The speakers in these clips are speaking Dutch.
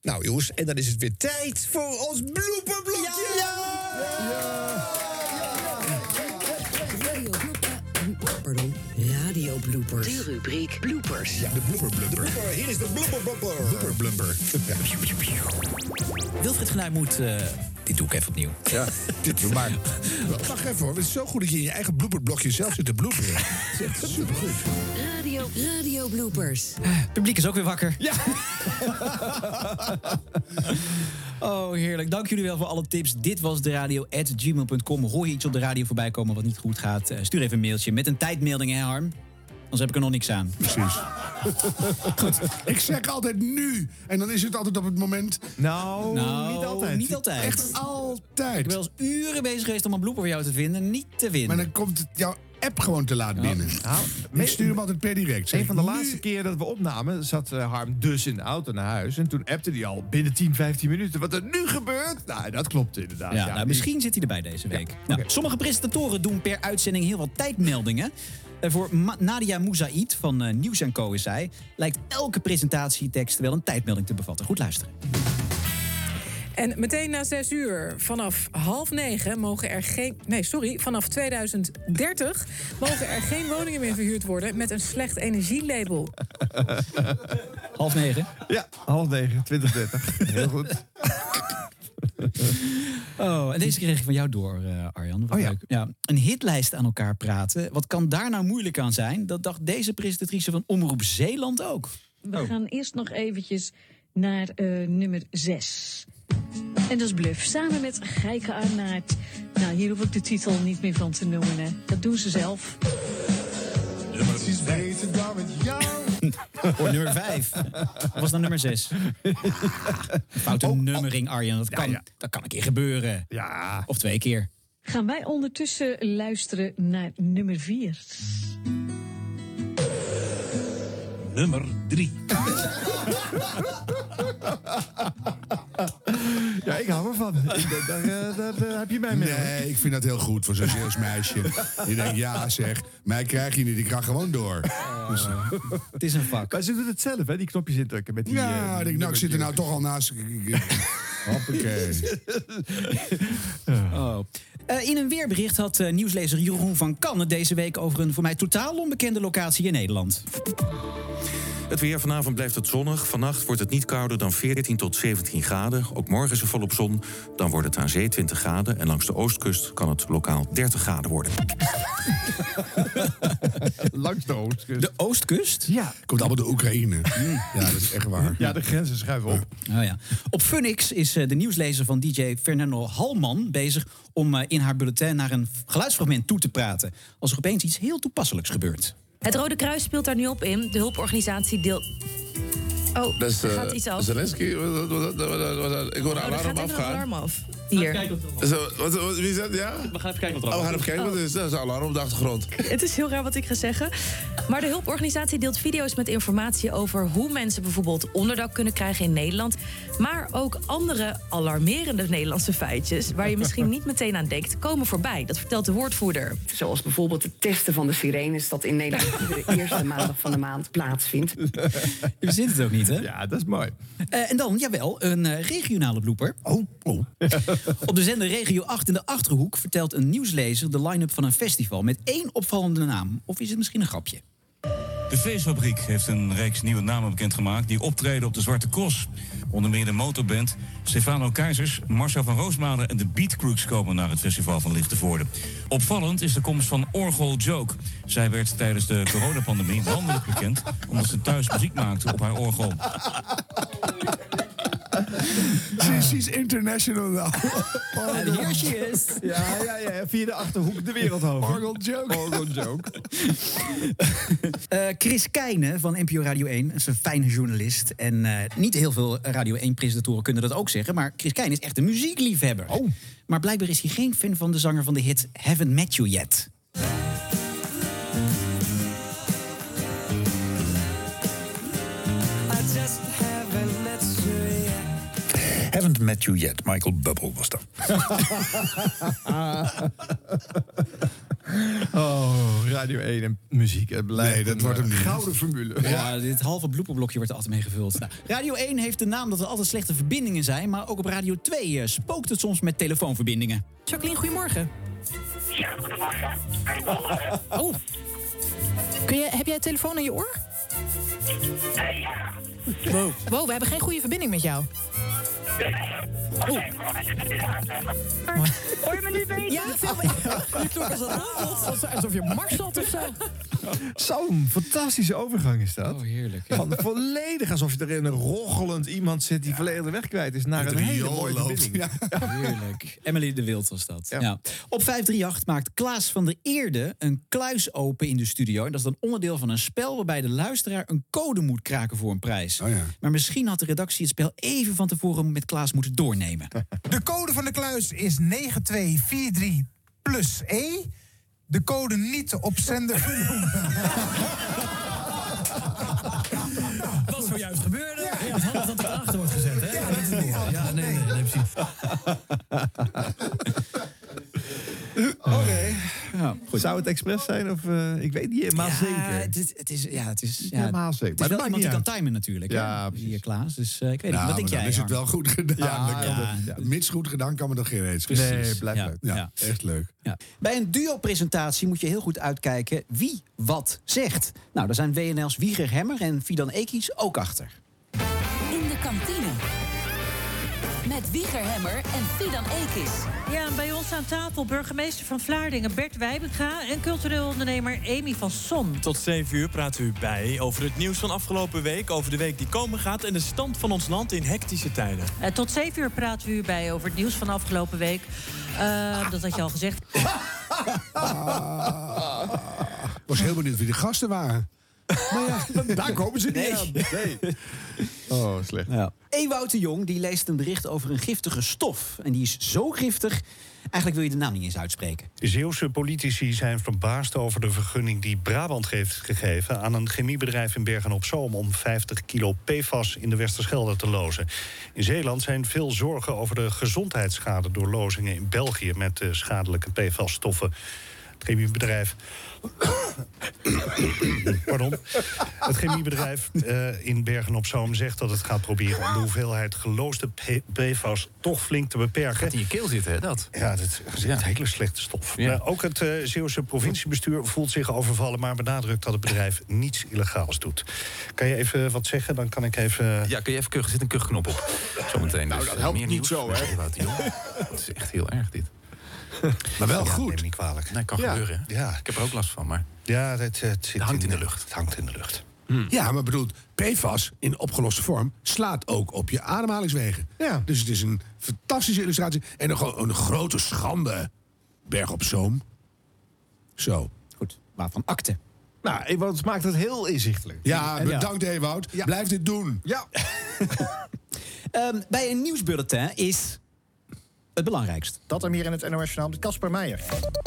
Nou jongens, en dan is het weer tijd voor ons blooperblokje. Radio bloopers. De rubriek bloopers. Ja, de blooper. Hier is de blooper. Blumper. Wilfried Genuij moet... dit doe ik even opnieuw. Ja, maar wacht even hoor. Het is zo goed dat je in je eigen blooperblokje zelf zit te bloeperen. Dat is echt supergoed. Radio bloopers. Het publiek is ook weer wakker. Ja. Oh, heerlijk. Dank jullie wel voor alle tips. Dit was de radio@gmail.com. Hoor je iets op de radio voorbij komen wat niet goed gaat? Stuur even een mailtje met een tijdmelding, hè Harm? Anders heb ik er nog niks aan. Precies. Goed, ik zeg altijd nu. En dan is het altijd op het moment... Nou, niet altijd. Echt altijd. Ik ben wel eens uren bezig geweest om een blooper voor jou te vinden. Niet te vinden. Maar dan komt jouw app gewoon te laat binnen. Ik stuur hem altijd per direct. Een van de laatste keren dat we opnamen... zat Harm dus in de auto naar huis. En toen appte hij al binnen 10, 15 minuten... wat er nu gebeurt. Nou, dat klopt inderdaad. Ja, nou, misschien zit hij erbij deze week. Ja, nou, sommige presentatoren doen per uitzending heel wat tijdmeldingen. Voor Nadia Moussaïd van Nieuws & Co. is zij... lijkt elke presentatietekst wel een tijdmelding te bevatten. Goed luisteren. En meteen na 6 uur, vanaf 8:30 mogen er geen... Nee, sorry, vanaf 2030 mogen er geen woningen meer verhuurd worden... met een slecht energielabel. 8:30? Ja, 8:30, 2030. Heel goed. Oh, en deze kreeg ik van jou door, Arjan. Wat leuk. Ja, een hitlijst aan elkaar praten. Wat kan daar nou moeilijk aan zijn? Dat dacht deze presentatrice van Omroep Zeeland ook. We gaan eerst nog eventjes naar nummer 6. En dat is Bluff, samen met Gijke Arnaert. Nou, hier hoef ik de titel niet meer van te noemen, hè. Dat doen ze zelf. Het is beter dan met jou. Voor nummer 5. Dat was dan nummer 6. Foute nummering, Arjan. Dat kan een keer gebeuren. Ja. Of 2 keer. Gaan wij ondertussen luisteren naar nummer 4. Nummer 3. Ja, ik hou ervan. Daar heb je mij mee. Nee, ik vind dat heel goed voor zo'n serieus meisje. Je denkt, ja zeg, mij krijg je niet, ik ga gewoon door. Dus, het is een vak. Maar ze doet het zelf, hè, die knopjes indrukken. Met die, ja, ik zit er nou toch al naast. Hoppakee. Oh. In een weerbericht had nieuwslezer Jeroen van Kan deze week over een voor mij totaal onbekende locatie in Nederland. Het weer, vanavond blijft het zonnig. Vannacht wordt het niet kouder dan 14 tot 17 graden. Ook morgen is er volop zon. Dan wordt het aan zee 20 graden. En langs de oostkust kan het lokaal 30 graden worden. Langs de oostkust. De oostkust? Ja. Komt allemaal de Oekraïne. Ja, dat is echt waar. Ja, de grenzen schuiven op. Oh ja. Op Funix is de nieuwslezer van DJ Fernando Halman bezig om in haar bulletin naar een geluidsfragment toe te praten. Als er opeens iets heel toepasselijks gebeurt. Het Rode Kruis speelt daar nu op in. De hulporganisatie deelt... Oh, dat is, er gaat iets af. Zelensky, ik hoor een alarm afgaan. Alarm af. Hier. Wie is dat? Ja? We gaan even kijken wat er we gaan even kijken wat het is. Dat is een alarm op de achtergrond. Het is heel raar wat ik ga zeggen. Maar de hulporganisatie deelt video's met informatie over hoe mensen bijvoorbeeld onderdak kunnen krijgen in Nederland. Maar ook andere alarmerende Nederlandse feitjes waar je misschien niet meteen aan denkt, komen voorbij. Dat vertelt de woordvoerder. Zoals bijvoorbeeld het testen van de sirenes dat in Nederland iedere eerste maandag van de maand plaatsvindt. Je verzint het ook niet, hè? Ja, dat is mooi. En dan, jawel, een regionale blooper. Op de zender Regio 8 in de Achterhoek vertelt een nieuwslezer de line-up van een festival met 1 opvallende naam. Of is het misschien een grapje? De Feestfabriek heeft een reeks nieuwe namen bekendgemaakt die optreden op de Zwarte Cross. Onder meer de motorband Stefano Keizers, Marcel van Roosmalen en de Beat Crooks komen naar het festival van Lichtenvoorde. Opvallend is de komst van Orgel Joke. Zij werd tijdens de coronapandemie landelijk bekend omdat ze thuis muziek maakte op haar orgel. She's international now. En hier she is. Ja, via de Achterhoek de wereld over. Orgel Joke. Chris Keijne van NPO Radio 1 is een fijne journalist. En niet heel veel Radio 1-presentatoren kunnen dat ook zeggen. Maar Chris Keijne is echt een muziekliefhebber. Oh. Maar blijkbaar is hij geen fan van de zanger van de hit Haven't Met You Yet. Haven't Met You Yet, Michael Bublé was dat. Oh, Radio 1 en muziek. Het blijft Nee, dat wordt hem niet. Gouden formule. Ja, dit halve blooperblokje wordt er altijd mee gevuld. Nou, Radio 1 heeft de naam dat er altijd slechte verbindingen zijn... maar ook op Radio 2 spookt het soms met telefoonverbindingen. Jacqueline, goedemorgen. Ja, goedemorgen. Oh. Heb jij een telefoon in je oor? Ja. Wow, we hebben geen goede verbinding met jou. Hoor je me nu beter? Ja, veel beter. Je klonk als een robot. Alsof je op Mars zat of zo. Zo'n fantastische overgang is dat. Oh, heerlijk. Van volledig alsof je er in een rochelend iemand zit die volledig de weg kwijt is naar een hele mooie verbinding. Ja. Heerlijk. Emily de Wild was dat. Ja. Ja. Op 538 maakt Klaas van der Eerde een kluis open in de studio. En dat is dan onderdeel van een spel waarbij de luisteraar een code moet kraken voor een prijs. Oh ja. Maar misschien had de redactie het spel even van tevoren met Klaas moeten doornemen. De code van de kluis is 9243 plus E. De code niet op zender vernoemen. Wat zojuist gebeurde. Ja, het handig dat het erachter wordt gezet, hè? Ja, nee, precies. Oké. Ja, zou het expres zijn of ik weet niet helemaal zeker. Het is helemaal zeker. Het is Maar wel dat iemand die maakt kan niet timen natuurlijk. Ja, hè? Hier, Klaas. Dus ik weet niet. Nou, Wat denk maar jij? dan is het Harm? wel goed gedaan. Ja, Mits goed gedaan kan me dat geen reeds. Nee, blijft leuk. Ja, echt leuk. Ja. Bij een duo-presentatie moet je heel goed uitkijken wie wat zegt. Nou, daar zijn WNL's Wieger Hemmer en Fidan Ekies ook achter. In de kantine. Met Wieger Hemmer en Fidan Ekies. Ja, en bij ons aan tafel burgemeester van Vlaardingen Bert Wijbenga en cultureel ondernemer Amy van Son. Tot 7 uur praten we u bij over het nieuws van afgelopen week, over de week die komen gaat en de stand van ons land in hectische tijden. Tot 7 uur praten we u bij over het nieuws van afgelopen week. Dat had je al gezegd. Ik was heel benieuwd wie de gasten waren. Maar ja, daar komen ze niet aan. Nee. Oh, slecht. Ja. Ewout de Jong die leest een bericht over een giftige stof. En die is zo giftig, eigenlijk wil je de naam niet eens uitspreken. Zeeuwse politici zijn verbaasd over de vergunning die Brabant heeft gegeven aan een chemiebedrijf in Bergen-op-Zoom om 50 kilo PFAS in de Westerschelde te lozen. In Zeeland zijn veel zorgen over de gezondheidsschade door lozingen in België met schadelijke PFAS-stoffen. Het chemiebedrijf. Pardon. Het chemiebedrijf in Bergen-op-Zoom zegt dat het gaat proberen om de hoeveelheid geloosde PFAS toch flink te beperken. Gaat in je keel zitten, hè, dat? Ja, dat is een hele slechte stof. Ja. Ook het Zeeuwse provinciebestuur voelt zich overvallen, maar benadrukt dat het bedrijf niets illegaals doet. Kan je even wat zeggen? Dan kan ik even. Ja, kun je even kuchen? Er zit een kuchknop op. Zometeen. Nou, dus, dat helpt meer niet nieuws. zo, hè? Dat is echt heel erg, dit. Maar wel Ja, goed. neem niet kwalijk. Nee, kan gebeuren. Hè? Ja. Ik heb er ook last van, maar Ja, het hangt in de lucht. Het hangt in de lucht. Ja, maar bedoel, PFAS in opgeloste vorm slaat ook op je ademhalingswegen. Ja. Dus het is een fantastische illustratie. En een grote schande. Berg op Zoom. Zo. Goed, waarvan akte. Nou, Ewout maakt het heel inzichtelijk. Ja, bedankt Ewout. Ja. Blijf dit doen. Ja. Bij een nieuwsbulletin is het belangrijkst. Dat hem hier in het NOS Journaal met Casper Meijer.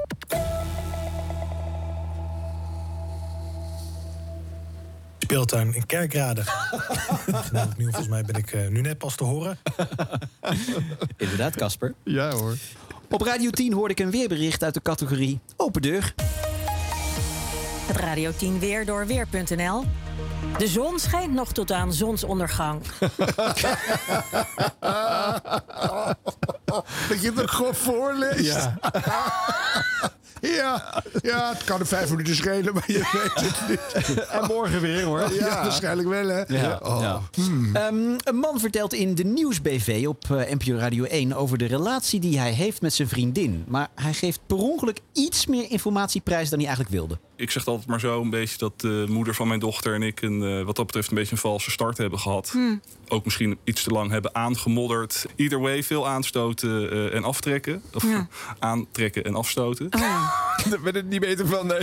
Speeltuin in Kerkrade. Genoemd nieuw, volgens mij ben ik nu net pas te horen. Inderdaad, Casper. Ja hoor. Op Radio 10 hoorde ik een weerbericht uit de categorie Open Deur. Het Radio 10 weer door Weer.nl. De zon schijnt nog tot aan zonsondergang. Dat je het er gewoon voorleest. Ja. Ja, het kan er 5 minuten schelen, maar je weet het niet. En morgen weer hoor. Ja, waarschijnlijk wel, hè? Ja. Oh. Ja. Een man vertelt in de Nieuwsbv op NPO Radio 1 over de relatie die hij heeft met zijn vriendin. Maar hij geeft per ongeluk iets meer informatieprijs dan hij eigenlijk wilde. Ik zeg altijd maar zo een beetje dat de moeder van mijn dochter en ik wat dat betreft een beetje een valse start hebben gehad. Ook misschien iets te lang hebben aangemodderd. Either way, veel aanstoten en aftrekken. Of aantrekken en afstoten. Daar ben ik niet beter van, nee.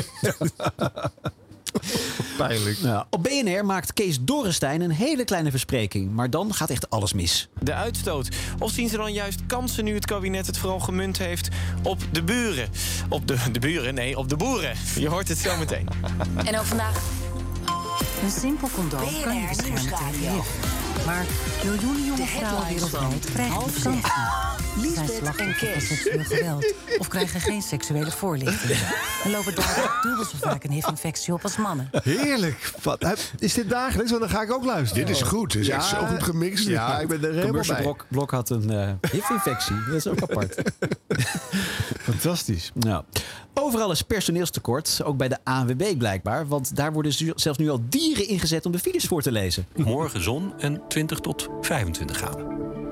Pijnlijk. Ja. Op BNR maakt Kees Dorrestein een hele kleine verspreking. Maar dan gaat echt alles mis. De uitstoot. Of zien ze dan juist kansen nu het kabinet het vooral gemunt heeft op de buren? Op de buren? Nee, op de boeren. Je hoort het zo meteen. En ook vandaag. Een simpel condoom kan je beschermen tegen HIV. Maar miljoenen jonge vrouwen wereldwijd krijgen het kanker. Zijn slachtoffer van seksueel geweld of krijgen geen seksuele voorlichting. En lopen daardoor dubbel zo vaak een HIV-infectie op als mannen. Heerlijk. Is dit dagelijks? Want dan ga ik ook luisteren. Dit is goed. Dit is echt zo goed gemixt. Ja, ik ben er helemaal bij. Blok had een HIV-infectie. Dat is ook apart. Fantastisch. Nou, overal is personeelstekort. Ook bij de ANWB blijkbaar. Want daar worden zelfs nu al dieren ingezet om de files voor te lezen. Morgen zon en 20 tot 25 graden.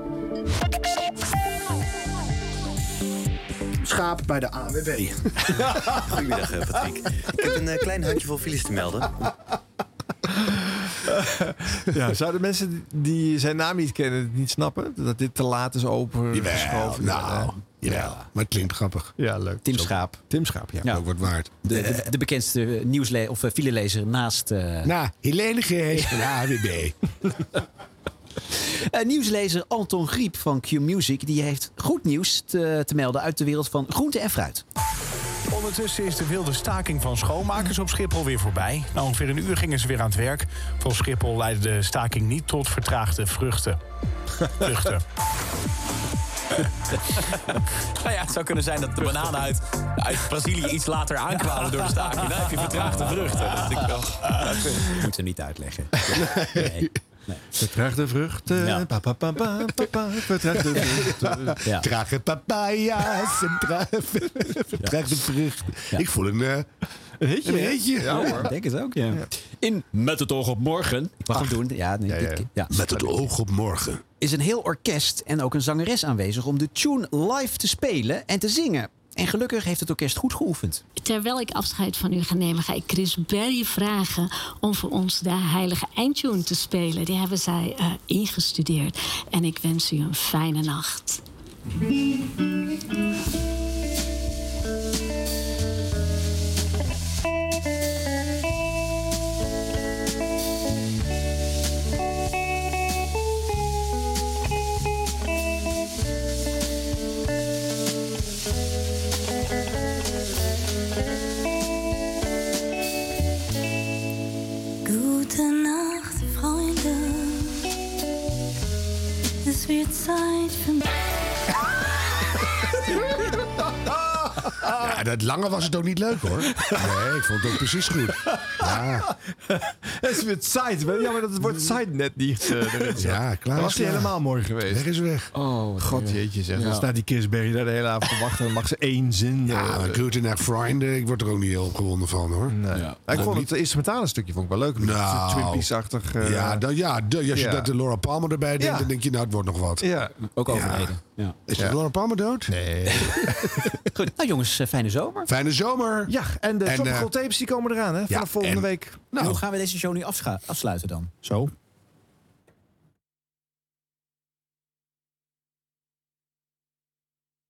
Schaap bij de ANWB. Goedemiddag, Patrick. Ik heb een klein handjevol files te melden. Ja, zouden mensen die zijn naam niet kennen het niet snappen? Dat dit te laat is opengeschoven? Ja, maar het klinkt grappig. Ja, leuk. Tim Schaap. Tim Schaap, ja. Ook wat waard. De bekendste filelezer naast... Helene Geest van de ANWB. Nieuwslezer Anton Griep van Q-Music die heeft goed nieuws te melden uit de wereld van groente en fruit. Ondertussen is de wilde staking van schoonmakers op Schiphol weer voorbij. Na ongeveer een uur gingen ze weer aan het werk. Volgens Schiphol leidde de staking niet tot vertraagde vruchten. Nou ja, het zou kunnen zijn dat de bananen uit Brazilië iets later aankwamen door de staking. Dan heb je vertraagde vruchten. Dat denk ik wel. Dat moeten we niet uitleggen. Nee. Vertraagde vruchten. Vertraagde vruchten. Ja. Trage papaya's en vertraagde vruchten. Ja. Ik voel een hitje. Ja, hoor. Ik denk het ook, ja. In Met het oog op morgen. Ik mag hem doen. Ja. Met het oog op morgen. Is een heel orkest en ook een zangeres aanwezig om de tune live te spelen en te zingen. En gelukkig heeft het orkest goed geoefend. Terwijl ik afscheid van u ga nemen, ga ik Chris Berry vragen om voor ons de heilige eindtune te spelen. Die hebben zij ingestudeerd. En ik wens u een fijne nacht. Gute Nacht, Freunde. Es wird Zeit für mich. Ja, dat lange was het ook niet leuk, hoor. Nee, ik vond het ook precies goed. Ja. Het is weer Zeit. Ja, maar dat wordt Zeit net niet. Ja, klaar. Dan was hij helemaal mooi geweest. Weg is weg. Oh, god jeetje zeg. Ja. Dan staat die Kisberry daar de hele avond te wachten. Dan mag ze één zin. Ja, maar Gute Nacht, Vrienden. Ik word er ook niet heel opgewonden van, hoor. Nee. Ja. Ik vond het instrumentale stukje vond ik wel leuk. Nou, Twin Peaks-achtig. Als je dat de Laura Palmer erbij denkt, dan denk je, nou, het wordt nog wat. Ja. Ook overleden. Ja. Is Laura Palmer dood? Nee. Goed, nou jongens, fijne zomer. Fijne zomer. Ja, en de Tropical Tapes die komen eraan, hè? Vanaf volgende week. Nou, hoe gaan we deze show nu afsluiten dan? Zo?